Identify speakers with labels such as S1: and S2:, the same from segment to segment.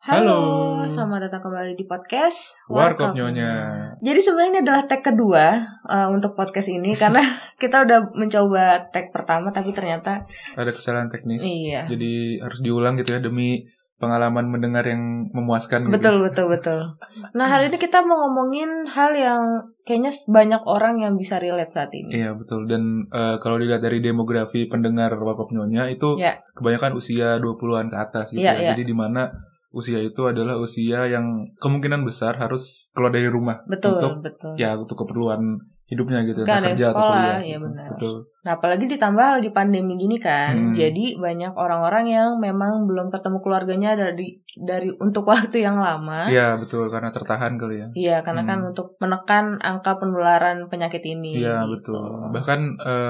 S1: Halo,
S2: Halo.
S1: Selamat datang kembali di podcast
S2: Warkop Nyonya.
S1: Jadi sebenarnya ini adalah tag kedua untuk podcast ini karena kita udah mencoba tag pertama tapi ternyata
S2: Ada kesalahan teknis.
S1: Iya.
S2: Jadi harus diulang gitu ya demi pengalaman mendengar yang memuaskan gitu.
S1: Betul. Nah, hari ini kita mau ngomongin hal yang kayaknya banyak orang yang bisa relate saat ini.
S2: Iya, betul. Dan kalau dilihat dari demografi pendengar Warkop Nyonya itu kebanyakan usia 20-an ke atas gitu ya. Jadi di mana usia itu adalah usia yang kemungkinan besar harus keluar dari rumah untuk keperluan hidupnya gitu,
S1: kan ada
S2: kerja
S1: sekolah,
S2: atau kuliah.
S1: Ya
S2: gitu.
S1: benar.
S2: Betul.
S1: Nah, apalagi ditambah lagi pandemi gini kan. Jadi banyak orang-orang yang memang belum ketemu keluarganya dari untuk waktu yang lama.
S2: Iya, betul, karena tertahan kali ya.
S1: Iya, karena kan untuk menekan angka penularan penyakit ini.
S2: Iya,
S1: gitu.
S2: betul. Bahkan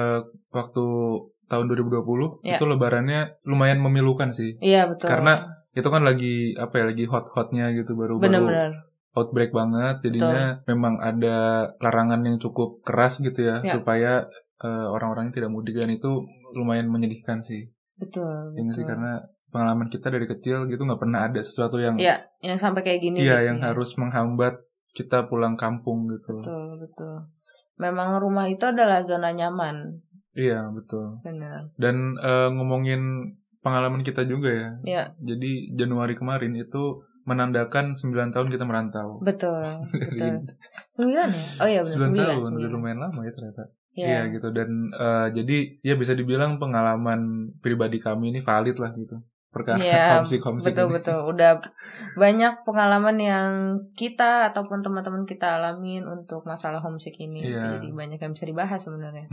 S2: waktu tahun 2020 itu lebarannya lumayan memilukan sih.
S1: Iya, betul.
S2: Karena itu kan lagi lagi hot-hotnya gitu, baru outbreak banget, jadinya memang ada larangan yang cukup keras gitu ya. Supaya orang-orangnya tidak mudik, dan itu lumayan menyedihkan sih.
S1: Betul.
S2: Ini sih karena pengalaman kita dari kecil gitu nggak pernah ada sesuatu yang
S1: yang sampai kayak gini.
S2: Iya, gitu yang harus menghambat kita pulang kampung gitu.
S1: Betul. Memang rumah itu adalah zona nyaman.
S2: Iya, betul.
S1: Benar.
S2: Dan ngomongin pengalaman kita juga ya. Iya. Jadi Januari kemarin itu menandakan 9 tahun kita merantau.
S1: Betul. 9 ya? Oh iya benar,
S2: 9 tahun. Udah lumayan lama ya ternyata. Iya gitu. Dan jadi ya bisa dibilang pengalaman pribadi kami ini valid lah gitu. Perkara homesick
S1: betul. Udah banyak pengalaman yang kita ataupun teman-teman kita alamin untuk masalah homesick ini. Jadi banyak yang bisa dibahas sebenarnya.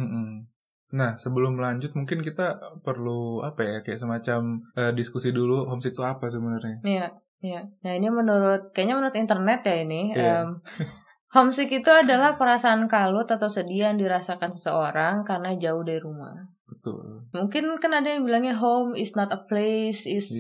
S2: Nah, sebelum lanjut mungkin kita perlu kayak semacam diskusi dulu homesick itu apa sebenarnya.
S1: Iya. Nah, ini menurut internet ya ini. Homesick itu adalah perasaan kalut atau sedih yang dirasakan seseorang karena jauh dari rumah.
S2: Betul.
S1: Mungkin kan ada yang bilangnya home is not a place, is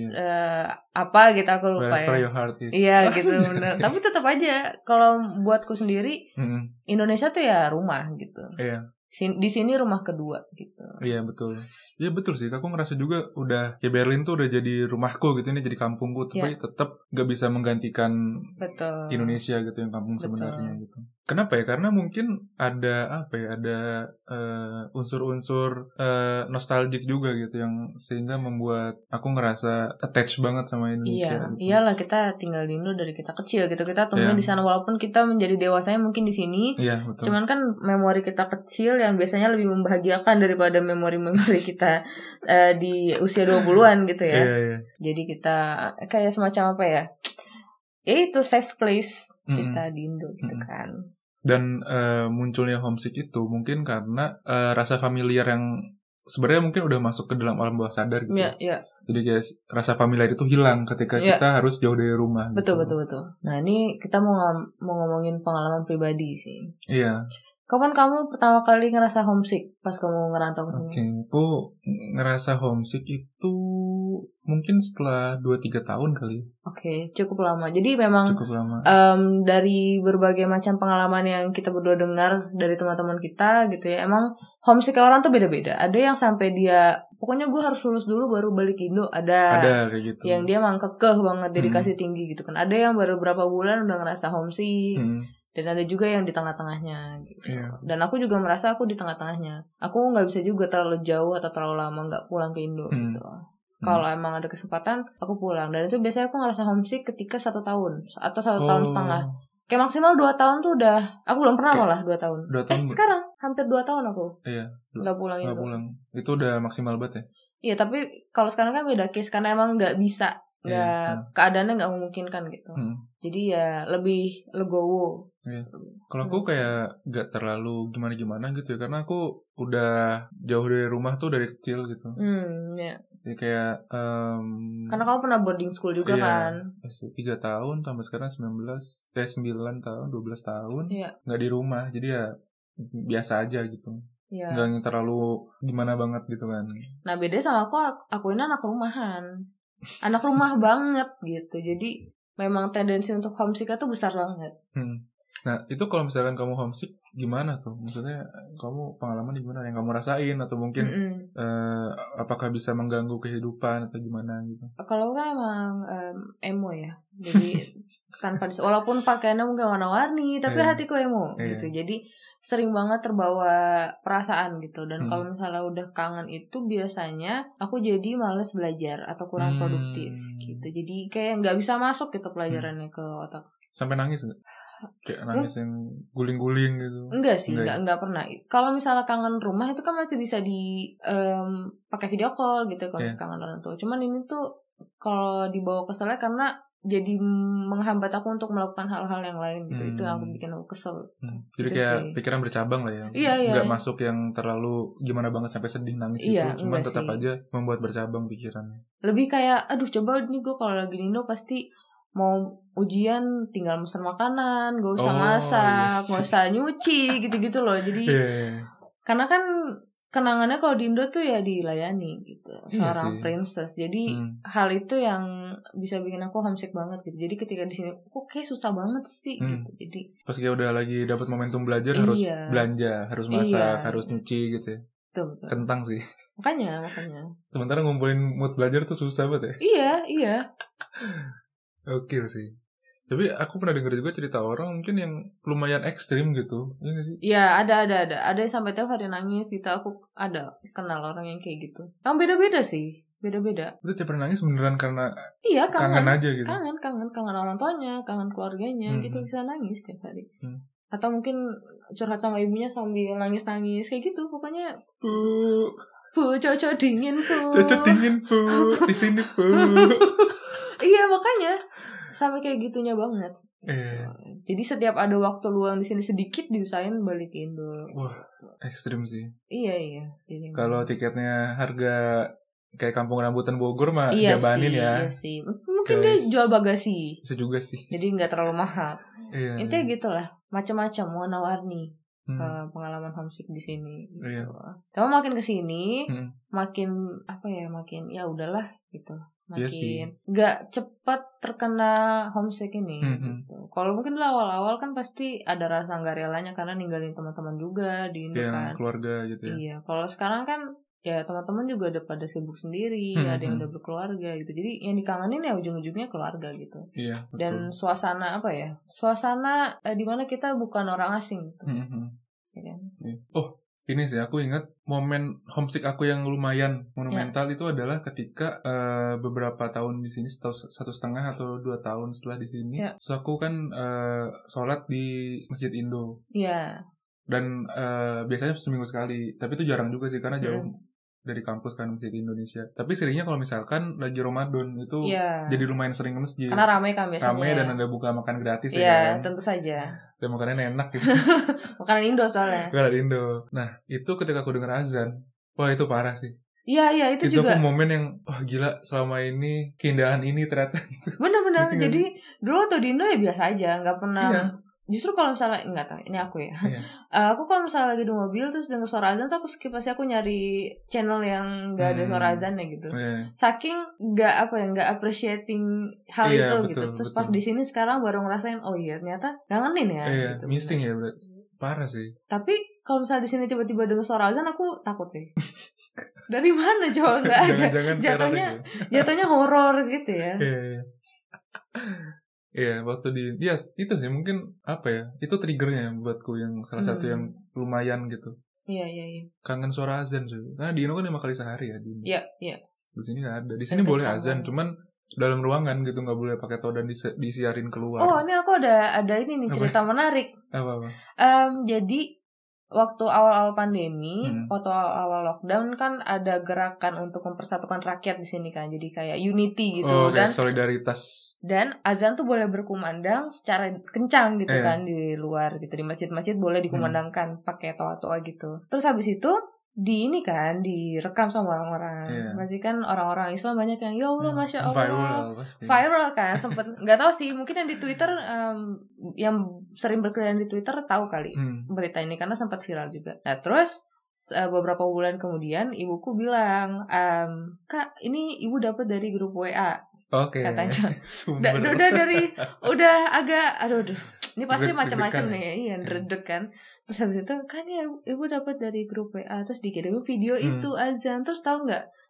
S1: apa gitu, aku lupa.
S2: Wherever your heart is.
S1: Iya gitu benar. Tapi tetap aja kalau buatku sendiri Indonesia tuh ya rumah gitu.
S2: Iya.
S1: Di sini rumah kedua gitu.
S2: Iya betul. Iya betul sih. Aku ngerasa juga udah Berlin tuh udah jadi rumahku gitu, ini jadi kampungku. Tapi tetap gak bisa menggantikan Indonesia gitu yang kampung sebenarnya gitu. Kenapa ya? Karena mungkin ada ada unsur-unsur nostalgic juga gitu yang sehingga membuat aku ngerasa attached banget sama Indonesia.
S1: Iya, iyalah kita tinggal di Indo dari kita kecil gitu. Kita tumbuh di sana walaupun kita menjadi dewasanya mungkin di sini.
S2: Iya, betul.
S1: Cuman kan memori kita kecil yang biasanya lebih membahagiakan daripada memori-memori kita di usia 20-an gitu ya.
S2: Iya.
S1: Jadi kita kayak semacam apa ya? Itu safe place kita di Indo gitu kan.
S2: Dan munculnya homesick itu mungkin karena rasa familiar yang sebenarnya mungkin udah masuk ke dalam alam bawah sadar gitu.
S1: Iya.
S2: Jadi kayak rasa familiar itu hilang ketika kita harus jauh dari rumah.
S1: Betul. Nah, ini kita mau ngomongin pengalaman pribadi sih.
S2: Iya.
S1: Kapan kamu pertama kali ngerasa homesick pas kamu ngerantau ke sini?
S2: Aku ngerasa homesick itu mungkin setelah 2-3 tahun kali.
S1: Cukup lama. Jadi memang dari berbagai macam pengalaman yang kita berdua dengar dari teman-teman kita gitu ya, emang homesick orang tuh beda-beda. Ada yang sampai dia pokoknya gue harus lulus dulu baru balik Indo. Ada
S2: kayak gitu.
S1: Yang dia emang kekeh banget, dedikasi tinggi gitu kan. Ada yang baru berapa bulan udah ngerasa homesick. Dan ada juga yang di tengah-tengahnya gitu. Dan aku juga merasa aku di tengah-tengahnya. Aku gak bisa juga terlalu jauh atau terlalu lama gak pulang ke Indo gitu. Kalau emang ada kesempatan aku pulang. Dan itu biasanya aku ngerasa homesick ketika 1 tahun atau 1 tahun setengah. Kayak maksimal 2 tahun tuh udah. Aku belum pernah malah 2 tahun. Sekarang hampir 2 tahun aku gak pulang Indo.
S2: Itu udah maksimal banget ya.
S1: Iya, tapi kalau sekarang kan beda case karena emang gak bisa. Keadaannya gak memungkinkan gitu. Jadi ya lebih legowo.
S2: Kalau aku kayak gak terlalu gimana-gimana gitu ya, karena aku udah jauh dari rumah tuh dari kecil gitu. Jadi kayak
S1: karena kamu pernah boarding school juga kan.
S2: 3 tahun tambah sekarang 9 tahun 12 tahun gak di rumah. Jadi ya biasa aja gitu. Gak yang terlalu gimana banget gitu kan.
S1: Nah, beda sama aku ini anak rumahan. Anak rumah banget gitu. Jadi memang tendensi untuk homesick itu besar banget.
S2: Nah, itu kalau misalkan kamu homesick gimana tuh? Maksudnya kamu pengalaman gimana yang kamu rasain, atau mungkin apakah bisa mengganggu kehidupan atau gimana gitu?
S1: Kalau kan emang emo ya. Jadi tanpa walaupun pakaiannya mungkin warna-warni, tapi hatiku emo gitu. Jadi sering banget terbawa perasaan gitu. Dan kalau misalnya udah kangen itu biasanya aku jadi males belajar atau kurang produktif gitu. Jadi kayak nggak bisa masuk gitu pelajarannya ke otak.
S2: Sampai nangis nggak? Kayak nangis yang guling-guling gitu?
S1: Enggak sih, enggak pernah. Kalau misalnya kangen rumah itu kan masih bisa di pakai video call gitu kalau kangen orang tua. Cuman ini tuh kalau dibawa keselnya karena jadi menghambat aku untuk melakukan hal-hal yang lain gitu. Itu yang aku bikin aku kesel.
S2: Jadi
S1: gitu
S2: kayak
S1: sih.
S2: Pikiran bercabang lah ya.
S1: Iya.
S2: Nggak masuk yang terlalu gimana banget sampai sedih nangis gitu. Cuman tetap aja membuat bercabang pikirannya.
S1: Lebih kayak aduh coba nih gue kalau lagi Indo pasti mau ujian tinggal mesen makanan, gak usah masak, gak usah nyuci gitu-gitu loh. Jadi karena kan kenangannya kalau di Indo tuh ya dilayani gitu, seorang princess. Jadi hal itu yang bisa bikin aku homesick banget gitu. Jadi ketika di sini kok kayak susah banget sih gitu. Jadi
S2: pas kayak udah lagi dapat momentum belajar harus belanja, harus masak, harus nyuci gitu ya.
S1: Betul.
S2: Kentang sih.
S1: Makanya.
S2: Sementara ngumpulin mood belajar tuh susah banget ya.
S1: Iya.
S2: Oke sih. Tapi aku pernah dengar juga cerita orang mungkin yang lumayan ekstrim gitu. Iya gak sih?
S1: Iya, ada. Ada yang sampai tiap hari nangis gitu. Aku ada kenal orang yang kayak gitu. Yang beda-beda sih. Beda-beda.
S2: Itu tiap hari nangis beneran karena
S1: kangen
S2: aja gitu?
S1: Kangen orang tuanya, kangen keluarganya. Gitu bisa nangis tiap hari. Atau mungkin curhat sama ibunya sambil nangis-nangis. Kayak gitu pokoknya. Bu, cocok dingin bu.
S2: Di sini bu.
S1: Iya makanya. Sampai kayak gitunya banget. Jadi setiap ada waktu luang di sini sedikit diusahain balik ke Indo.
S2: Wah, ekstrim sih.
S1: Iya.
S2: Kalau tiketnya harga kayak Kampung Rambutan Bogor mah jabanin ya.
S1: Iya sih. Mungkin dia jual bagasi.
S2: Bisa juga sih.
S1: Jadi nggak terlalu mahal. Intinya gitulah, macam-macam warna-warni pengalaman homesick di sini. Gitu. Tapi makin kesini, makin ya udahlah gitu. Makin gak cepat terkena homesick ini gitu. Kalau mungkin awal-awal kan pasti ada rasa gak relanya karena ninggalin teman-teman juga di Indo kan,
S2: keluarga gitu ya.
S1: Iya, kalau sekarang kan ya teman-teman juga udah pada sibuk sendiri, ada yang udah berkeluarga gitu. Jadi yang dikangenin ya ujung-ujungnya keluarga gitu.
S2: Iya, betul.
S1: Dan suasana suasana di mana kita bukan orang asing gitu. Ya kan?
S2: Oh, ini sih aku ingat momen homesick aku yang lumayan monumental itu adalah ketika beberapa tahun di sini, 1,5 atau 2 tahun setelah di sini, so aku kan sholat di Masjid Indo.
S1: Iya.
S2: Dan biasanya seminggu sekali, tapi itu jarang juga sih karena jauh dari kampus kan, Masjid Indonesia. Tapi seringnya kalau misalkan lagi Ramadan itu jadi lumayan sering ke masjid.
S1: Karena ramai kan biasanya.
S2: Ramai dan ada buka makan gratis ya kan.
S1: Iya, tentu saja.
S2: Dan makanannya enak gitu.
S1: Makanan Indo soalnya.
S2: Makanan Indo. Nah, itu ketika aku dengar azan, wah itu parah sih.
S1: Iya, itu juga.
S2: Itu aku momen yang, wah gila, selama ini keindahan ini ternyata gitu.
S1: Benar-benar. Jadi dulu tuh di Indo ya biasa aja, nggak pernah. Justru kalau misalnya nggak tahu, ini aku ya. Aku kalau misalnya lagi di mobil terus dengar suara azan tuh aku skip, pasti aku nyari channel yang nggak ada suara azannya gitu. Saking nggak appreciating hal itu betul, gitu. Terus pas di sini sekarang baru ngerasain, oh iya ternyata ngangenin ya.
S2: Gitu, missing ya, parah sih.
S1: Tapi kalau misalnya di sini tiba-tiba dengar suara azan aku takut sih. Dari mana coba nggak ada? Jatuhnya horor gitu ya.
S2: Iya, waktu itu sih mungkin itu triggernya buatku yang salah satu yang lumayan gitu.
S1: Iya.
S2: Kangen suara azan sih. Nah di Indo kan 5 kali sehari ya.
S1: Iya.
S2: Di sini nggak ada. Di sini boleh azan, cuman dalam ruangan gitu, nggak boleh pakai todan disiarin keluar.
S1: Oh, ini aku ada ini nih cerita menarik.
S2: Apa?
S1: Jadi waktu awal-awal pandemi, waktu awal lockdown kan ada gerakan untuk mempersatukan rakyat di sini kan, jadi kayak unity gitu dan
S2: solidaritas.
S1: Dan azan tuh boleh berkumandang secara kencang gitu kan di luar gitu, di masjid-masjid boleh dikumandangkan pakai toa-toa gitu. Terus habis itu direkam sama orang-orang. Masih kan orang-orang Islam banyak yang ya Allah Masya Allah viral kan, sempet nggak tahu sih, mungkin yang di Twitter yang sering berkeliaran di Twitter tahu kali berita ini karena sempat viral juga. Nah terus beberapa bulan kemudian ibuku bilang, Kak ini ibu dapat dari grup WA. Katanya udah agak aduh ini pasti macam-macam nih, redek kan. Terus habis itu kan ya ibu dapat dari grup WA, terus dikirimin video itu azan. Terus tahu nggak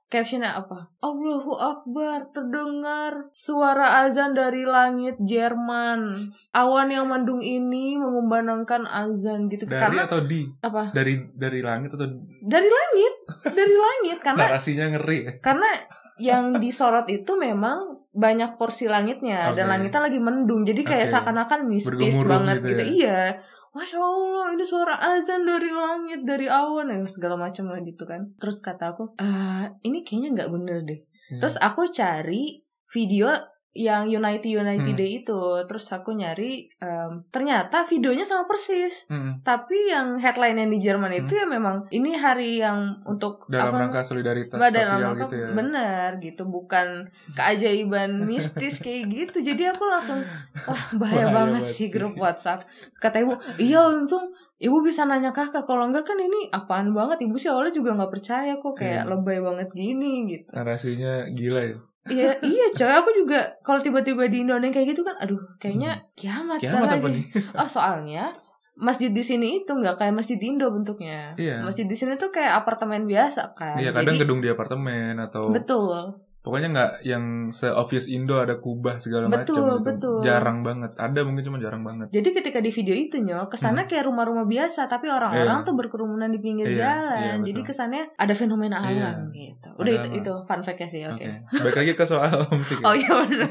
S1: captionnya apa? Allahu Akbar, terdengar suara azan dari langit Jerman. Awan yang mendung ini mengumandangkan azan gitu.
S2: Dari karena, atau di?
S1: Apa?
S2: Dari langit atau?
S1: Dari langit. Dari langit. Karena
S2: narasinya ngeri.
S1: Karena yang disorot itu memang banyak porsi langitnya. Dan langitnya lagi mendung. Jadi kayak seakan-akan mistis banget gitu. Iya. Masya Allah, ini suara azan dari langit, dari awan, segala macam lah gitu kan. Terus kata aku, ini kayaknya nggak bener deh. Terus aku cari video yang Unity Day itu. Terus aku nyari, ternyata videonya sama persis. Tapi yang headline yang di Jerman itu ya memang ini hari yang untuk
S2: dalam rangka solidaritas sosial gitu ya.
S1: Bener gitu, bukan keajaiban mistis kayak gitu. Jadi aku langsung, wah bahaya banget sih grup WhatsApp. Terus kata ibu, iya untung ibu bisa nanya kakak, kalau enggak kan ini apaan banget. Ibu sih awalnya juga gak percaya kok, kayak lebay banget gini gitu.
S2: Narasinya gila ya.
S1: Iya coy, aku juga kalau tiba-tiba di Indonesia kayak gitu kan, aduh kayaknya kiamat
S2: apa nih?
S1: Soalnya masjid di sini itu nggak kayak masjid di Indo bentuknya. Masjid di sini tuh kayak apartemen biasa kan.
S2: Iya, kadang gedung di apartemen atau.
S1: Betul.
S2: Pokoknya nggak yang se-obvious Indo ada kubah segala macam gitu.
S1: Betul.
S2: Jarang banget. Ada mungkin cuma jarang banget.
S1: Jadi ketika di video itu kesannya kayak rumah-rumah biasa, tapi orang-orang tuh berkerumunan di pinggir jalan. Jadi kesannya ada fenomena alam gitu. Udah itu fun fact-nya sih. Oke.
S2: Balik lagi ke soal homesick.
S1: Oh iya benar.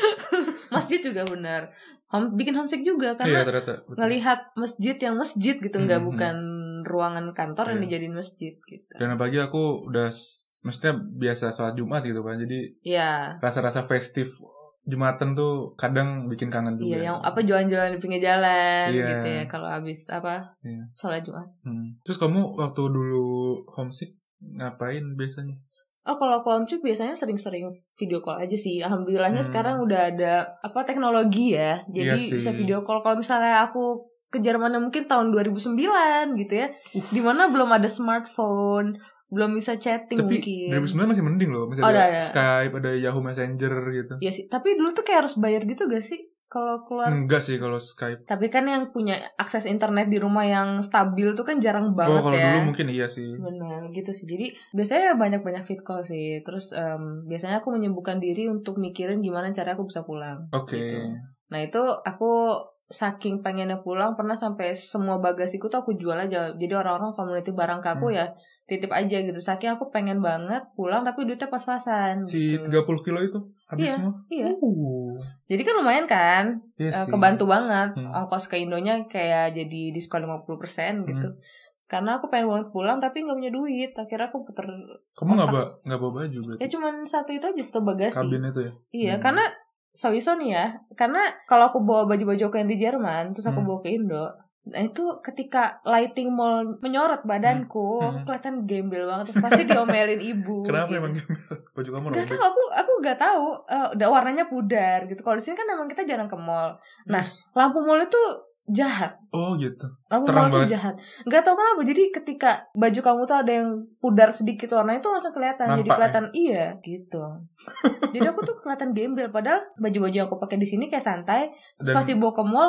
S1: Masjid juga benar. Bikin homesick juga karena ngelihat masjid yang masjid gitu, nggak bukan ruangan kantor yang dijadiin masjid gitu.
S2: Dan apalagi aku udah maksudnya biasa sholat Jumat gitu kan, jadi rasa-rasa festif Jumatan tuh kadang bikin kangen juga.
S1: Iya, yang apa jualan-jualan di pinggir jalan gitu ya kalau habis sholat Jumat.
S2: Terus kamu waktu dulu homesick ngapain biasanya?
S1: Oh, kalau aku homesick biasanya sering-sering video call aja sih. Alhamdulillahnya sekarang udah ada teknologi ya. Jadi bisa video call. Kalau misalnya aku ke Jerman mungkin tahun 2009 gitu ya. Dimana belum ada smartphone, belum bisa chatting.
S2: Tapi
S1: mungkin.
S2: 2009 masih mending loh. Masih ada Skype, ada Yahoo Messenger gitu.
S1: Iya sih, tapi dulu tuh kayak harus bayar gitu gak sih? Kalau keluar.
S2: Enggak sih kalau Skype.
S1: Tapi kan yang punya akses internet di rumah yang stabil tuh kan jarang banget ya.
S2: Oh, kalau dulu mungkin iya sih.
S1: Benar, gitu sih. Jadi biasanya banyak-banyak fit call sih. Terus biasanya aku menyibukkan diri untuk mikirin gimana cara aku bisa pulang.
S2: Oke.
S1: Gitu. Nah itu aku saking pengennya pulang, pernah sampai semua bagasiku tuh aku jual aja. Jadi orang-orang community barang ke aku ya titip aja gitu. Saking aku pengen banget pulang tapi duitnya pas-pasan.
S2: Si
S1: gitu.
S2: 30 kilo itu habis semua?
S1: Iya. Jadi kan lumayan kan? Kebantu banget. Ongkos ke Indonya kayak jadi diskon 50% gitu. Karena aku pengen banget pulang tapi gak punya duit. Akhirnya aku puter.
S2: Kamu gak bawa baju berarti?
S1: Ya cuman satu itu aja, satu bagasi.
S2: Kabin itu ya?
S1: Iya, karena so nih ya. Karena kalau aku bawa baju-baju aku yang di Jerman, terus aku bawa ke Indo, nah itu ketika lighting mall menyorot badanku, kelihatan gembel banget. Terus pasti diomelin ibu.
S2: Kenapa
S1: gitu.
S2: Emang gembel? Baju kamu robek?
S1: Gak tahu, aku gak tahu. Warnanya pudar gitu. Kalau di sini kan emang kita jarang ke mall. Nah, lampu mall itu jahat.
S2: Oh gitu.
S1: Lampu mall itu jahat. Gak tahu kenapa. Jadi ketika baju kamu tuh ada yang pudar sedikit warnanya itu langsung kelihatan.
S2: Nampak,
S1: jadi kelihatan iya gitu. Jadi aku tuh kelihatan gembel. Padahal baju-baju aku pakai di sini kayak santai. Terus pasti bawa ke mall.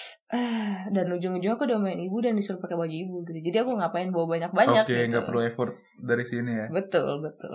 S1: Dan ujung-ujung aku udah main ibu dan disuruh pakai baju ibu gitu. Jadi aku ngapain bawa banyak-banyak
S2: gitu.
S1: Nggak
S2: perlu effort dari sini ya.
S1: Betul gitu.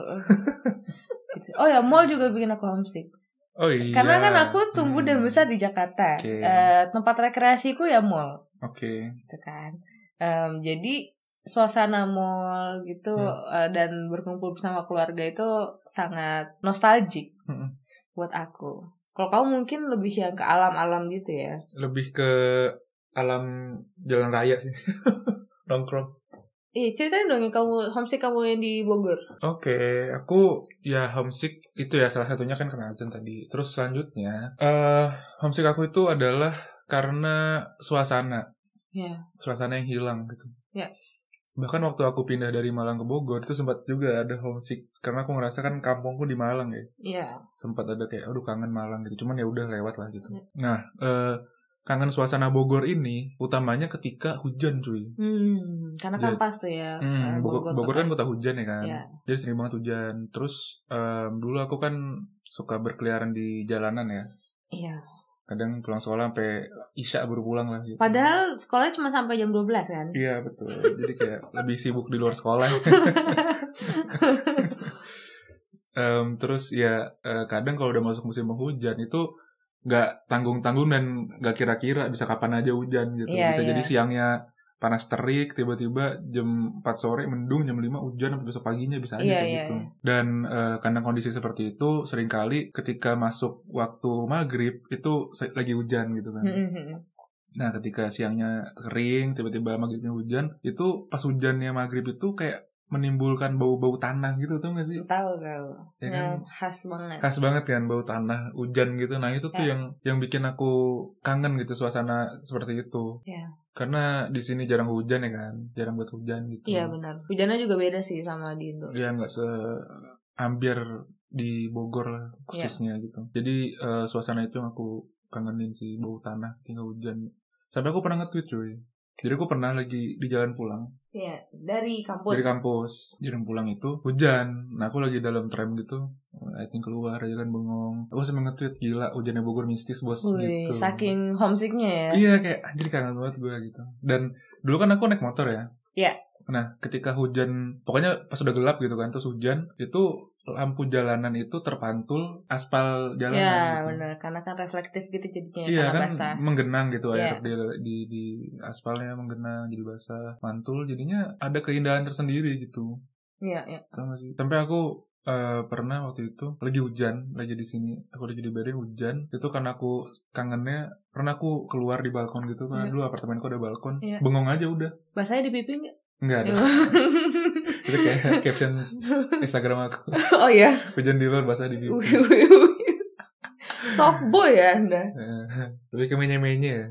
S1: Oh ya, mall juga bikin aku homesick.
S2: Oh iya.
S1: Karena kan aku tumbuh dan besar di Jakarta. Tempat rekreasiku ya mall. Gitu kan. Jadi suasana mall gitu dan berkumpul bersama keluarga itu sangat nostalgic buat aku. Kalau kamu mungkin lebih yang ke alam-alam gitu ya?
S2: Lebih ke alam jalan raya sih. Nongkrong.
S1: Ceritain dong yang kamu homesick kamu yang di Bogor.
S2: Oke, aku ya homesick itu ya salah satunya kan karena azan tadi. Terus selanjutnya homesick aku itu adalah karena suasana. Suasana yang hilang gitu. Bahkan waktu aku pindah dari Malang ke Bogor itu sempat juga ada homesick karena aku ngerasa kan kampungku di Malang ya. Sempat ada kayak aduh kangen Malang gitu. Cuman ya udah lewat lah gitu. Nah, kangen suasana Bogor ini utamanya ketika hujan cuy.
S1: Karena kan pas tuh ya.
S2: Bogor kan kota hujan ya kan. Jadi sering banget hujan. Terus dulu aku kan suka berkeliaran di jalanan ya.
S1: Iya.
S2: Kadang pulang sekolah sampai Isya baru pulang lah gitu.
S1: Padahal sekolahnya cuma sampai jam 12 kan?
S2: Iya betul. Jadi kayak lebih sibuk di luar sekolah. Terus ya kadang kalau udah masuk musim penghujan itu nggak tanggung-tanggung dan nggak kira-kira bisa kapan aja hujan gitu. Bisa jadi siangnya panas terik, tiba-tiba jam 4 sore mendung, jam 5 hujan, sampai besok paginya bisa aja kayak gitu. Dan karena kondisi seperti itu, seringkali ketika masuk waktu maghrib itu lagi hujan gitu kan. Nah ketika siangnya kering, tiba-tiba maghribnya hujan, itu pas hujannya maghrib itu kayak menimbulkan bau-bau tanah gitu, tau gak sih?
S1: Tahu.
S2: Ya kan?
S1: Khas banget.
S2: Khas banget kan bau tanah hujan gitu. Nah itu tuh yang bikin aku kangen gitu suasana seperti itu. Karena di sini jarang hujan ya kan, jarang buat hujan gitu.
S1: Iya benar. Hujannya juga beda sih sama di Indo.
S2: Iya nggak seambiar di Bogor lah khususnya gitu. Jadi suasana itu yang aku kangenin sih, bau tanah tinggal hujan. Sampai aku pernah nge-tweet cuy. Jadi aku pernah lagi di jalan pulang.
S1: Iya, dari kampus.
S2: Dari kampus. Jalan pulang itu hujan. Nah, aku lagi dalam tram gitu. I think keluar jalan bengong. Aku sampe nge-tweet, gila hujannya Bogor mistis bos.
S1: Wih, gitu. Saking homesicknya ya.
S2: Iya, kayak anjir kangen banget gue gitu. Dan dulu kan aku naik motor ya.
S1: Iya.
S2: Nah, ketika hujan, pokoknya pas udah gelap gitu kan, terus hujan, itu lampu jalanan itu terpantul aspal jalanan
S1: ya,
S2: gitu.
S1: Benar, karena kan reflektif gitu jadinya
S2: iya,
S1: karena
S2: kan
S1: basah.
S2: Menggenang gitu air di aspalnya menggenang jadi basah, mantul jadinya ada keindahan tersendiri gitu.
S1: Iya.
S2: Sama sih. Sampai aku pernah waktu itu lagi hujan, lagi di sini, aku lagi di Berlin hujan, itu karena aku kangennya, pernah aku keluar di balkon gitu, karena dulu apartemenku ada balkon, bengong aja udah.
S1: Basahnya di pipi nggak?
S2: Enggak ada. Itu kayak caption Instagram aku.
S1: Oh ya.
S2: Hujan di luar basah di pipi.
S1: Soft boy ya Anda.
S2: Lebih ke menye-menye ya.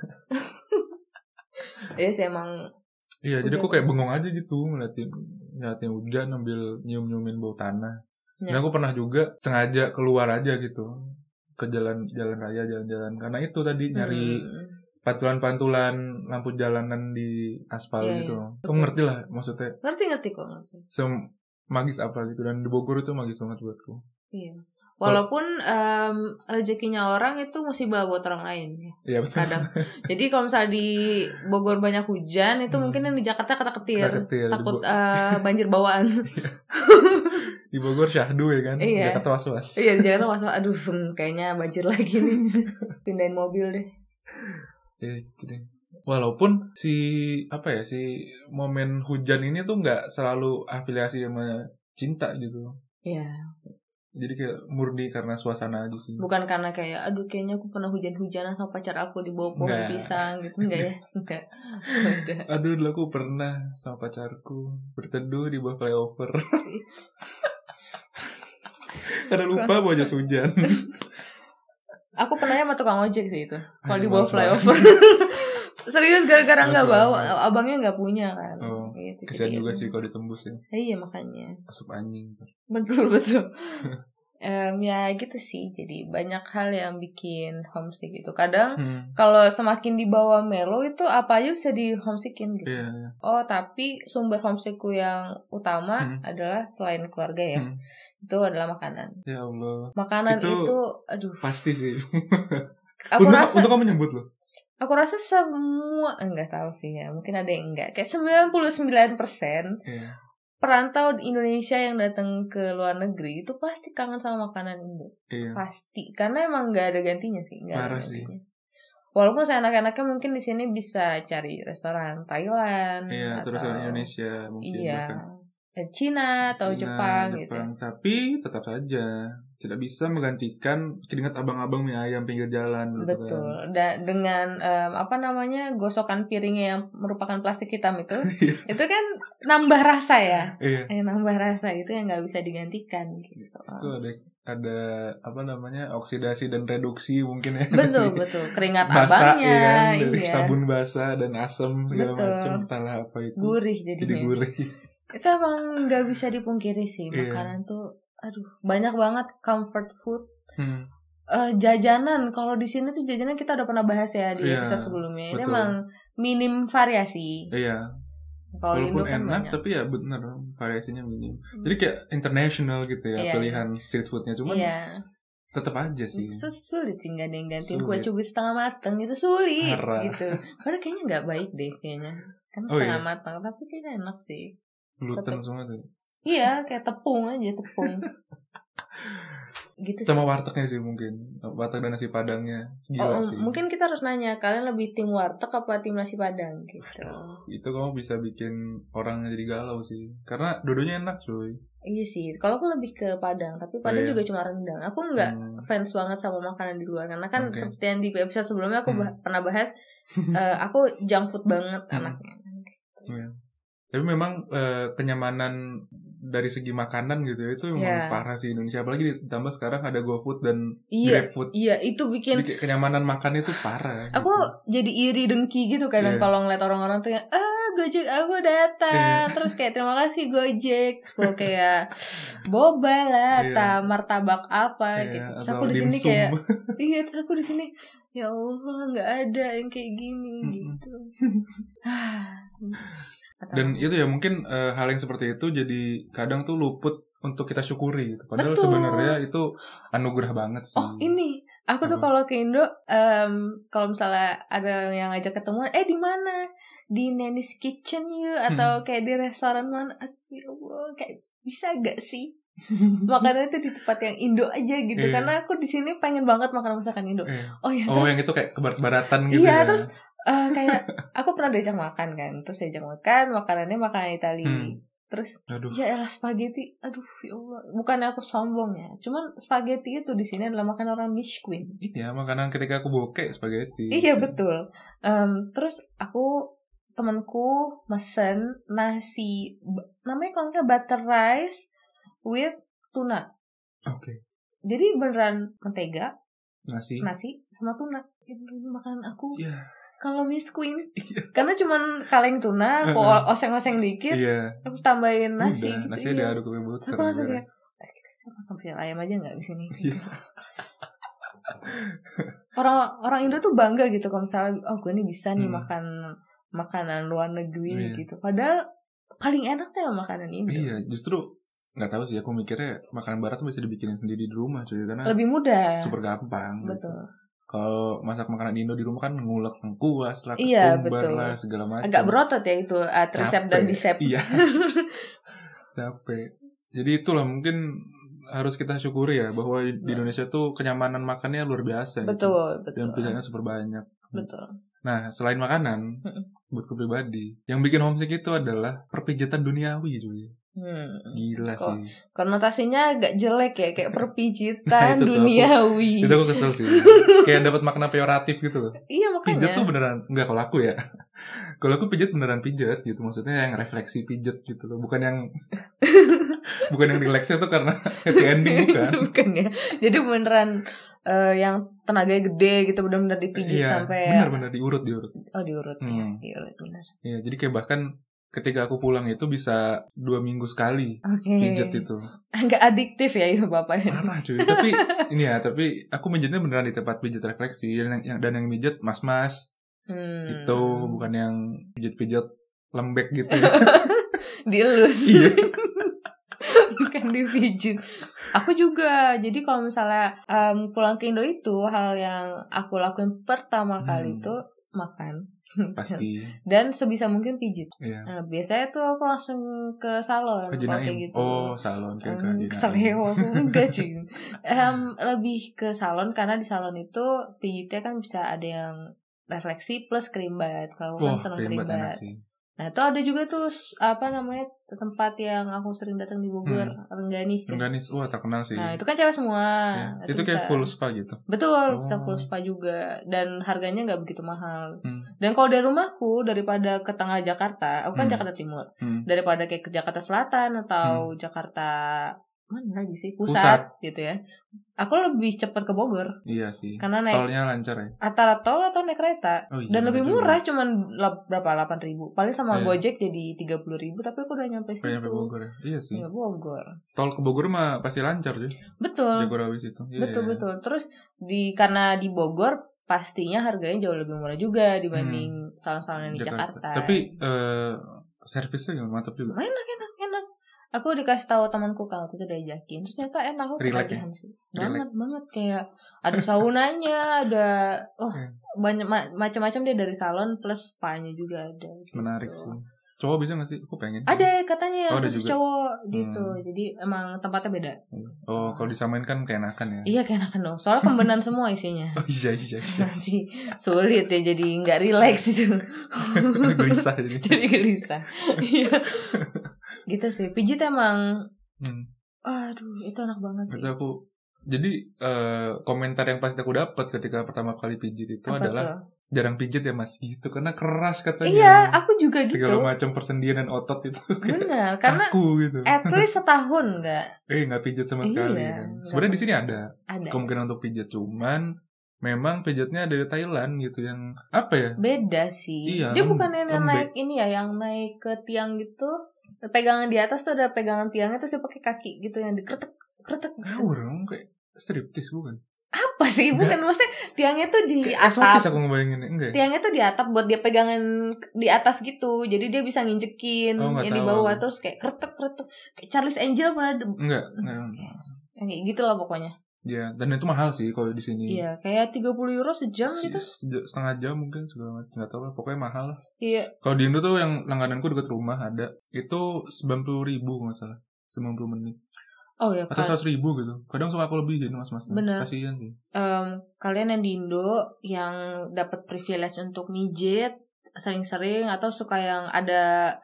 S1: Iya sih emang.
S2: Iya, jadi aku kayak bengong aja gitu ngeliatin hujan sambil nyium-nyiumin bau tanah. Dan aku pernah juga sengaja keluar aja gitu ke jalan raya, jalan-jalan, karena itu tadi nyari pantulan-pantulan lampu jalanan di aspal gitu. Kamu ngerti lah maksudnya?
S1: Ngerti kok.
S2: Magis apa gitu, dan di Bogor itu magis banget buatku.
S1: Iya. Walaupun rezekinya orang itu musibah buat orang lain ya.
S2: Iya betul.
S1: Kadang. Jadi kalau misalnya di Bogor banyak hujan itu mungkin yang di Jakarta ketar-ketir. Takut banjir bawaan.
S2: Di Bogor syahdu ya kan.
S1: Iya.
S2: Jakarta was-was.
S1: Iya, di Jakarta was-was. Aduh, kayaknya banjir lagi nih. Pindahin mobil deh.
S2: Ya gitu deh. Walaupun si momen hujan ini tuh nggak selalu afiliasi sama cinta gitu.
S1: Iya.
S2: Jadi kayak murni karena suasana aja sih.
S1: Bukan karena kayak aduh kayaknya aku pernah hujan-hujanan sama pacar aku di bawah pohon pisang gitu, enggak ya? Enggak.
S2: Aduh, dulu aku pernah sama pacarku berteduh di bawah flyover. Karena lupa bawa jas hujan.
S1: Aku pernahnya sama tukang ojek sih itu. Kalau di bawah flyover. Serius gara-gara nggak bawa, abangnya nggak punya kan.
S2: Oh, gitu, kesian juga sih kalau ditembus ya.
S1: Iya makanya.
S2: Asup anjing.
S1: Betul. Ya gitu sih. Jadi banyak hal yang bikin homesick gitu. Kadang kalau semakin dibawa melo itu apa aja bisa di homesickin gitu.
S2: Yeah.
S1: Oh tapi sumber homesickku yang utama adalah selain keluarga ya. Itu adalah makanan.
S2: Ya Allah.
S1: Makanan itu aduh.
S2: Pasti sih.
S1: Untuk
S2: kamu nyebut loh.
S1: Aku rasa semua enggak tahu sih ya, mungkin ada yang enggak. Kayak 99% perantau di Indonesia yang datang ke luar negeri itu pasti kangen sama makanan Indo. Pasti, karena emang enggak ada gantinya sih, enggak ada gantinya. Walaupun saya anak-anaknya mungkin di sini bisa cari restoran Thailand atau
S2: restoran Indonesia mungkin.
S1: Iya. Cina atau Jepang gitu.
S2: Tapi tetap saja tidak bisa menggantikan keringat abang-abang mie ayam pinggir jalan gitu.
S1: Betul. Dan dengan gosokan piringnya yang merupakan plastik hitam itu, itu kan nambah rasa ya. Nambah rasa itu yang nggak bisa digantikan gitu.
S2: Itu ada oksidasi dan reduksi mungkin ya.
S1: Betul. Keringat basah, abangnya
S2: ya kan? Dari sabun basah dan asam segala macam, entahlah apa itu.
S1: Gurih jadinya.
S2: Jadi gurih.
S1: Itu emang nggak bisa dipungkiri sih, makanan tuh aduh banyak banget comfort food. Jajanan, kalau di sini tuh jajanan kita udah pernah bahas ya di episode sebelumnya. Ini emang minim variasi.
S2: Iya.
S1: Kalau di Indo
S2: enak
S1: kan banyak.
S2: tapi ya bener variasinya minim. Jadi kayak international gitu ya pilihan street foodnya, cuman tetap aja sih
S1: sulit sih, nggak ada yang gantiin kue cubit setengah mateng itu sulit. Gitu. Padahal kayaknya nggak baik deh kayaknya. Kan setengah matang tapi kayaknya enak sih.
S2: Gluten semua tuh.
S1: Iya, kayak tepung aja, tepung. Gitu
S2: sama wartegnya sih mungkin. Warteg dan nasi padangnya. Gila sih.
S1: Mungkin kita harus nanya, kalian lebih tim warteg apa tim nasi padang gitu.
S2: Itu kamu bisa bikin orang jadi galau sih. Karena dua-duanya enak cuy.
S1: Iya sih, kalau aku lebih ke Padang, tapi Padang juga cuma rendang. Aku nggak fans banget sama makanan di luar, karena kan seperti yang di episode sebelumnya aku pernah bahas, aku junk food banget anaknya. Gitu.
S2: Tapi memang kenyamanan dari segi makanan gitu ya, itu memang parah sih Indonesia. Apalagi ditambah sekarang ada GoFood dan GrabFood.
S1: Iya, itu bikin
S2: jadi kenyamanan makan itu parah.
S1: Aku jadi iri dengki gitu kadang kalau ngeliat orang-orang tuh yang Gojek aku datang, terus kayak terima kasih Gojek, kayak boba lah, martabak apa gitu. Terus aku di sini kayak terus aku di sini ya Allah nggak ada yang kayak gini gitu.
S2: Dan itu ya mungkin hal yang seperti itu jadi kadang tuh luput untuk kita syukuri gitu. Padahal sebenarnya itu anugerah banget sih.
S1: Oh ini aku tuh kalau ke Indo, kalau misalnya ada yang ngajak ketemuan, di mana? Di Nanny's Kitchen yuk, atau kayak di restoran mana? Ya Allah, kayak bisa gak sih makanannya itu di tempat yang Indo aja gitu. Karena aku di sini pengen banget makan masakan Indo.
S2: Terus, yang itu kayak kebarat-baratan gitu.
S1: Iya, terus kayak aku pernah diajak makan kan, terus diajak makan, makanannya makanan Italia. Terus ya elah spaghetti, aduh ya Allah, bukannya aku sombong ya, cuman spaghetti itu di sini adalah makanan orang miskin.
S2: Iya, makanan ketika aku bokeh spaghetti.
S1: Iya betul. Terus temanku mesen nasi, namanya kalau nggak butter rice with tuna.
S2: Oke.
S1: Jadi beneran mentega,
S2: nasi
S1: sama tuna. Ini makanan aku.
S2: Iya.
S1: Kalau Miss Queen, karena cuman kaleng tuna, aku oseng-oseng dikit, aku tambahin nasi.
S2: Udah,
S1: gitu.
S2: Nasi diaduk pakai butter.
S1: Aku langsung kayak, kita bisa makan pecel ayam aja nggak di sini? Gitu. Orang Indo tuh bangga gitu kalau misalnya, gue nih bisa nih makan makanan luar negeri gitu. Padahal paling enak tuh makanan Indo.
S2: Iya, justru nggak tahu sih. Aku mikirnya makanan Barat tuh bisa dibikinin sendiri di rumah, cuy, karena
S1: lebih mudah,
S2: super gampang.
S1: Betul.
S2: Gitu. Kalau masak makanan Indo di rumah kan ngulek lengkuas lah,
S1: ketumbar
S2: lah, segala macam.
S1: Agak berotot ya itu tricep dan bicep.
S2: Iya. Capek. Jadi itulah mungkin harus kita syukuri ya bahwa di Indonesia tuh kenyamanan makannya luar biasa.
S1: Betul.
S2: Dan pilihannya super banyak.
S1: Betul.
S2: Nah, selain makanan, buatku pribadi, yang bikin homesick itu adalah perpijatan duniawi, cuy. Gila sih.
S1: Konotasinya agak jelek ya, kayak perpijitan duniawi.
S2: Itu aku kesel sih. Kayak dapat makna peyoratif gitu loh.
S1: Iya, makanya.
S2: Pijat tuh beneran, enggak kalau aku ya. Kalau aku pijat beneran pijat gitu, maksudnya yang refleksi pijat gitu loh, bukan yang relaxnya tuh karena happy ending bukan
S1: ya. Jadi beneran yang tenaganya gede gitu, benar-benar dipijit sampai
S2: benar-benar diurut.
S1: Oh, diurut ya. Diurut benar.
S2: Iya, jadi kayak bahkan ketika aku pulang itu bisa 2 minggu sekali pijat itu.
S1: Agak adiktif ya Bapak.
S2: Parah cuy. Tapi aku pijatnya beneran di tempat pijat refleksi dan yang pijat mas-mas. Gitu, bukan yang pijat-pijat lembek gitu ya.
S1: Dielus. Iya. Bukan dipijit. Aku juga. Jadi kalau misalnya pulang ke Indo itu, hal yang aku lakuin pertama kali itu makan.
S2: Pasti.
S1: Dan sebisa mungkin pijit.
S2: Iya.
S1: Nah, biasanya tuh aku langsung ke salon kalau kayak gitu.
S2: Oh, salon kayak
S1: Kesel enggak cuy. Lebih ke salon karena di salon itu pijitnya kan bisa ada yang refleksi plus cream bath. Kalau kan senang cream bath. Nah, itu ada juga tuh tempat yang aku sering datang di Bogor, Rengganis.
S2: Wah terkenal sih.
S1: Nah, itu kan cewek semua.
S2: Ya. Itu kayak full spa gitu.
S1: Betul, bisa full spa juga dan harganya nggak begitu mahal. Dan kalau dari rumahku daripada ke tengah Jakarta, aku kan Jakarta Timur, daripada kayak ke Jakarta Selatan atau Jakarta mana lagi sih pusat gitu ya. Aku lebih cepat ke Bogor.
S2: Iya sih.
S1: Karena
S2: tolnya lancar ya.
S1: Antara tol atau naik kereta. Dan lebih murah, cuman berapa 8.000. Paling sama Gojek jadi 30.000, tapi aku udah nyampe situ.
S2: Nyampe Bogor ya. Iya sih.
S1: Ya, Bogor.
S2: Tol ke Bogor mah pasti lancar tuh.
S1: Betul.
S2: Jagorawi situ.
S1: Betul. Terus karena di Bogor pastinya harganya jauh lebih murah juga dibanding salon-salon yang di Jakarta.
S2: Tapi servisnya gimana? Mantap juga.
S1: Enak. Aku dikasih tahu temanku kalau itu diajakin, terus ternyata enak, aku ketagihan sih. Banget kayak ada saunanya, ada banyak macam-macam dia dari salon plus spa-nya juga ada. Gitu.
S2: Menarik sih. Cowok bisa gak sih? Aku pengen.
S1: Ada katanya yang khusus cowok gitu. Jadi emang tempatnya beda.
S2: Oh, kalau disamain kan keenakan ya.
S1: Iya keenakan dong. Soalnya kembenan semua isinya.
S2: Oh iya.
S1: Nanti sulit ya, jadi gak relax itu.
S2: Gelisah jadi.
S1: Jadi gelisah. Iya. Gitu sih. Pijit emang. Aduh, itu enak banget sih.
S2: Jadi komentar yang pasti aku dapat ketika pertama kali pijit itu adalah jarang pijit ya mas gitu, karena keras katanya.
S1: Iya, aku juga gitu.
S2: Segala macam persendian dan otot itu
S1: benar, karena
S2: kaku gitu.
S1: At least setahun
S2: nggak pijit sama sekali kan. Sebenarnya di sini ada kemungkinan untuk pijit, cuman memang pijatnya dari Thailand gitu yang apa ya?
S1: Beda sih. Iya, dia bukan yang naik ini ya, yang naik ke tiang gitu. Pegangan di atas tuh ada pegangan tiangnya, terus dia pakai kaki gitu yang dikretek gitu.
S2: Ngawur dong, kayak striptis bukan?
S1: Apa sih? Bukan, maksudnya tiangnya tuh di atap.
S2: Aku ngebayangin enggak.
S1: Tiangnya tuh di atap buat dia pegangan di atas gitu. Jadi dia bisa nginjekin yang di bawah terus kayak kretek. Kayak Charlie's Angel pernah
S2: enggak.
S1: Kayak gitu lah pokoknya.
S2: Iya, dan itu mahal sih kalau di sini.
S1: Iya, kayak 30 euro sejam gitu.
S2: Setengah jam mungkin segala macam, enggak tahu lah, pokoknya mahal lah.
S1: Iya.
S2: Kalau di Indo tuh yang langgananku dekat rumah ada. Itu 90.000 enggak salah. 90 menit.
S1: Oh ya,
S2: atau 100.000 gitu. Kadang suka aku lebihin mas-mas.
S1: Bener.
S2: Kasihan sih.
S1: Kalian yang di Indo yang dapat privilege untuk mijit sering-sering, atau suka yang ada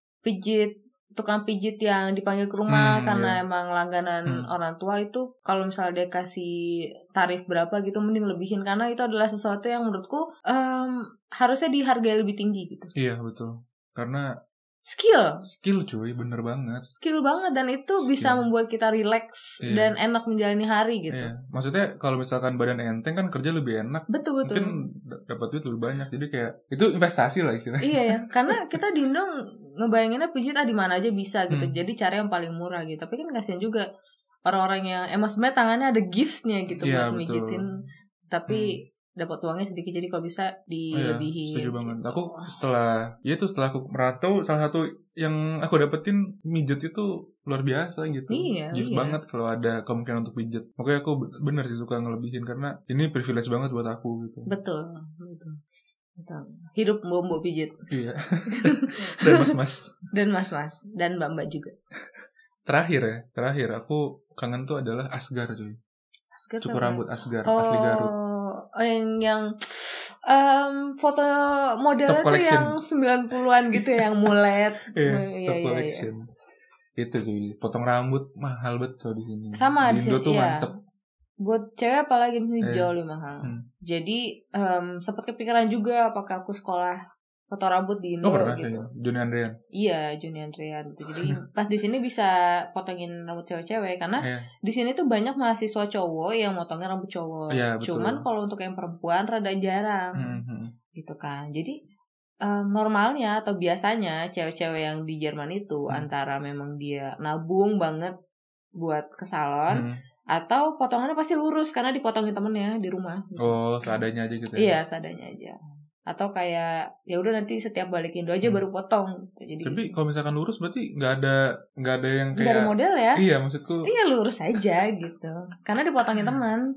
S1: tukang pijit yang dipanggil ke rumah karena emang langganan orang tua, itu kalau misalnya dia kasih tarif berapa gitu mending lebihin, karena itu adalah sesuatu yang menurutku harusnya dihargai lebih tinggi gitu.
S2: Iya betul. Karena skill cuy, bener banget.
S1: Skill banget, dan itu bisa membuat kita relax dan enak menjalani hari gitu.
S2: Iya. Maksudnya kalau misalkan badan enteng kan kerja lebih enak.
S1: Betul.
S2: Mungkin dapat duit lebih banyak. Jadi kayak itu investasi lah istilahnya.
S1: Iya ya. Karena kita di Indo ngebayanginnya pijit di mana aja bisa gitu. Jadi cari yang paling murah gitu. Tapi kan kasihan juga orang-orang yang emang sebenarnya tangannya ada giftnya gitu buat mijitin. Tapi dapat uangnya sedikit, jadi kalau bisa dilebihin.
S2: Setuju banget. Aku setelah aku merantau, salah satu yang aku dapetin mijet itu luar biasa gitu. Gift banget kalau ada kemungkinan untuk pijet. Makanya aku bener sih suka ngelebihin, karena ini privilege banget buat aku gitu.
S1: Betul. Hidup mbok pijet.
S2: Iya. Dan mas-mas.
S1: Dan mbak-mbak juga.
S2: Terakhir aku kangen tuh adalah Asgar cuy. Cukur rambut Asgar asli Garut.
S1: Yang foto modelnya tuh yang 90-an gitu yang mulet.
S2: Top collection. Itu cuy, potong rambut mahal betul di sini.
S1: Sama
S2: di Indo tuh mantep.
S1: Buat cewek apalagi di sini jauh lebih mahal. Jadi sempat kepikiran juga apakah aku sekolah foto rambut di Indo gitu.
S2: Joni Andrean.
S1: Iya, Joni Andrean gitu. Jadi pas di sini bisa potongin rambut cewek-cewek, karena di sini tuh banyak mahasiswa cowok yang motongin rambut cowok. Cuman kalau untuk yang perempuan rada jarang. Gitu kan. Jadi normalnya atau biasanya cewek-cewek yang di Jerman itu antara memang dia nabung banget buat ke salon, atau potongannya pasti lurus karena dipotongin temennya di rumah. Gitu.
S2: Oh, seadanya aja gitu ya.
S1: Iya, seadanya aja. Atau kayak ya udah nanti setiap balik Indo aja baru potong. Jadi
S2: tapi kalau misalkan lurus berarti nggak ada yang kayak
S1: nggak ada model ya?
S2: Iya, maksudku.
S1: Iya, lurus aja gitu. Karena dipotongin teman.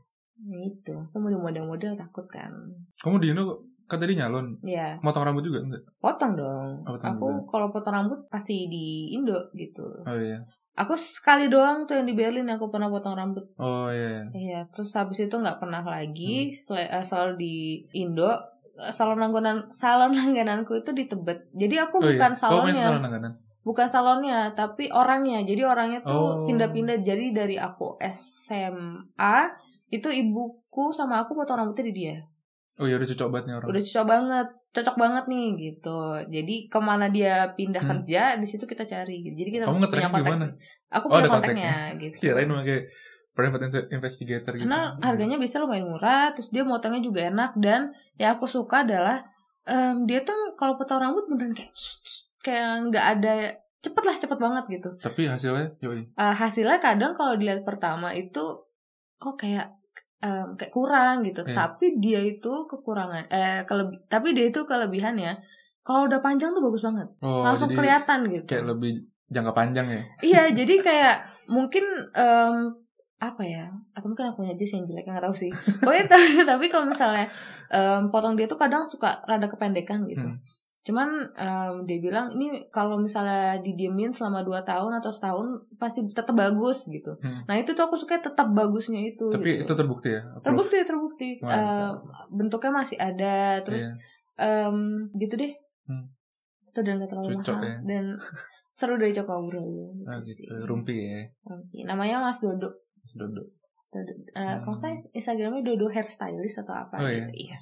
S1: Gitu. Semua model-model takut kan.
S2: Kamu di Indo kan tadi nyalon.
S1: Iya.
S2: Motong rambut juga enggak?
S1: Potong dong. Aku kalau potong rambut pasti di Indo gitu.
S2: Oh iya.
S1: Aku sekali doang tuh yang di Berlin aku pernah potong rambut.
S2: Oh iya.
S1: Iya, terus habis itu nggak pernah lagi. Selalu di Indo. Salon langgananku itu di Tebet. Jadi aku bukan salonnya. Bukan salonnya, tapi orangnya. Jadi orangnya tuh pindah-pindah. Jadi dari aku SMA itu ibuku sama aku potong rambutnya di dia.
S2: Oh ya, udah cocok banget nih orang.
S1: Udah cocok banget nih gitu. Jadi kemana dia pindah kerja, di situ kita cari. Jadi kita punya kontak.
S2: Gimana?
S1: Aku punya kontaknya gitu.
S2: Kirain pakai private investigator gitu.
S1: Karena harganya bisa lumayan murah, terus dia motongnya juga enak, dan yang aku suka adalah dia tuh kalau potong rambut beneran kayak nggak ada cepet banget gitu.
S2: Tapi hasilnya,
S1: hasilnya kadang kalau dilihat pertama itu kok kayak kurang gitu. Tapi dia itu tapi dia itu kelebihannya kalau udah panjang tuh bagus banget. Langsung kelihatan gitu.
S2: Kayak lebih jangka panjang ya.
S1: Iya, jadi kayak mungkin apa ya, atau mungkin aku aja sih yang jelek, nggak tahu sih. Pokoknya tapi kalau misalnya potong dia tuh kadang suka rada kependekan gitu. Cuman dia bilang ini kalau misalnya didiemin selama 2 tahun atau setahun pasti tetap bagus gitu. Nah itu tuh aku suka tetap bagusnya itu.
S2: Tapi
S1: gitu.
S2: Itu terbukti ya?
S1: Terbukti. Bentuknya masih ada, terus gitu deh. Itu dan gak terlalu mahal ya? Dan seru dari Cokobro
S2: gitu. Rumpi ya.
S1: Namanya Mas Dodo.
S2: Mas Dodo.
S1: Kalau saya Instagramnya Dodo Hairstylist atau apa gitu. Iya.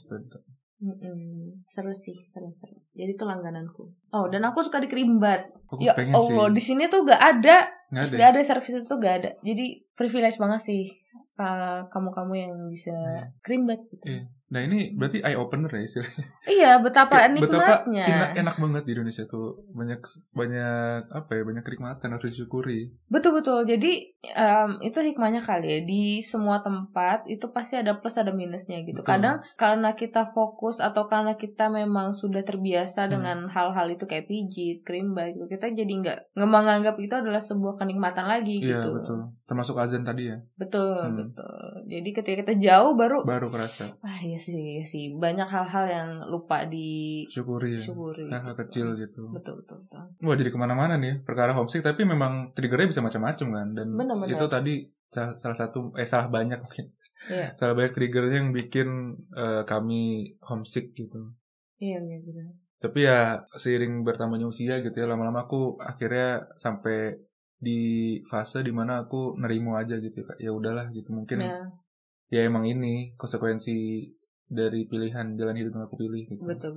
S1: Seru sih, seru. Jadi itu langgananku. Oh, dan aku suka di Kerimbat. Ya Allah, di sini tuh gak ada servis itu gak ada. Jadi privilege banget sih kamu yang bisa Kerimbat gitu.
S2: Iya. Nah ini berarti eye opener ya istilahnya.
S1: Iya, betapa nikmatnya.
S2: Betapa enak banget di Indonesia tuh, banyak banyak kenikmatan harus disyukuri.
S1: Betul. Jadi itu hikmahnya kali ya, di semua tempat itu pasti ada plus ada minusnya gitu. Betul. Kadang karena kita fokus atau karena kita memang sudah terbiasa dengan hal-hal itu kayak pijit, Kerimbat gitu, kita jadi nggak menganggap itu adalah sebuah kenikmatan lagi gitu.
S2: Iya betul. Termasuk azan tadi ya.
S1: Betul. Jadi ketika kita jauh baru
S2: kerasa.
S1: Iya sih. Banyak hal-hal yang lupa
S2: disyukuri. Hal-hal kecil gitu.
S1: Betul.
S2: Wah jadi kemana-mana nih perkara homesick, tapi memang triggernya bisa macam-macam kan. Dan bener. Itu tadi salah banyak mungkin. Yeah. Salah banyak triggernya yang bikin kami homesick gitu.
S1: Iya benar.
S2: Tapi ya seiring bertambahnya usia gitu ya, lama-lama aku akhirnya sampai di fase dimana aku nerimo aja gitu. Ya udahlah gitu, mungkin ya emang ini konsekuensi dari pilihan jalan hidup yang aku pilih gitu.
S1: Betul.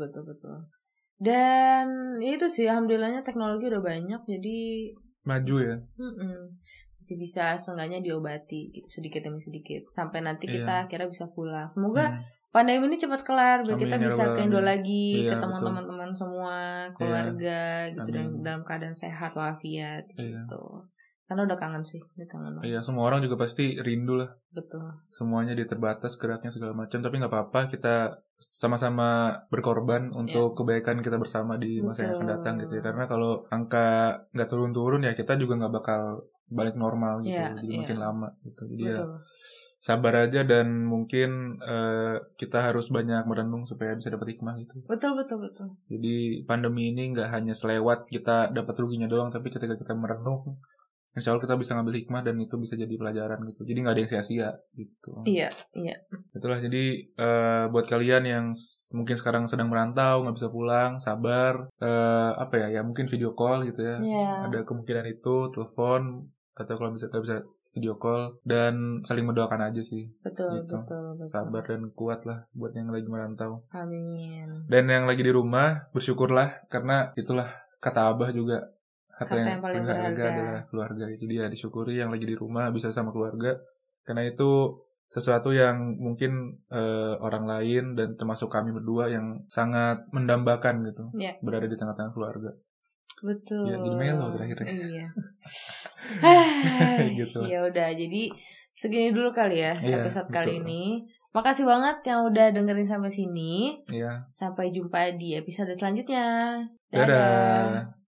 S1: Dan itu sih alhamdulillahnya teknologi udah banyak, jadi
S2: maju ya.
S1: Jadi bisa seenggaknya diobati gitu, sedikit demi sedikit sampai nanti kita akhirnya bisa pulang. Semoga pandemi ini cepat kelar biar kita bisa ke Indo lagi, ketemu teman-teman semua, keluarga gitu, dan dalam keadaan sehat walafiat gitu. Karena udah kangen sih,
S2: Iya, semua orang juga pasti rindu lah.
S1: Betul.
S2: Semuanya terbatas geraknya segala macam, tapi nggak apa-apa, kita sama-sama berkorban untuk kebaikan kita bersama di masa yang akan datang gitu ya. Karena kalau angka nggak turun-turun ya kita juga nggak bakal balik normal gitu, jadi makin lama gitu. Jadi ya sabar aja, dan mungkin kita harus banyak merenung supaya bisa dapat hikmah gitu.
S1: Betul.
S2: Jadi pandemi ini nggak hanya selewat kita dapat ruginya doang, tapi ketika kita merenung, insya Allah kita bisa ngambil hikmah dan itu bisa jadi pelajaran gitu. Jadi nggak ada yang sia-sia gitu.
S1: Iya.
S2: Itulah, jadi buat kalian yang mungkin sekarang sedang merantau nggak bisa pulang, sabar. Ya mungkin video call gitu ya. Ada kemungkinan itu telepon, atau kalau nggak bisa video call, dan saling mendoakan aja sih.
S1: Betul.
S2: Sabar dan kuat lah buat yang lagi merantau.
S1: Amin.
S2: Dan yang lagi di rumah bersyukurlah, karena itulah kata Abah juga. Harta yang paling berharga adalah keluarga. Itu dia, disyukuri yang lagi di rumah bisa sama keluarga, karena itu sesuatu yang mungkin orang lain dan termasuk kami berdua yang sangat mendambakan gitu, berada di tengah-tengah keluarga.
S1: Betul.
S2: Ya, jadi melo terakhirnya.
S1: Iya. Gitu. Ya udah, jadi segini dulu kali ya episode kali ini. Makasih banget yang udah dengerin sampai sini.
S2: Iya.
S1: Sampai jumpa di episode selanjutnya.
S2: Dadah.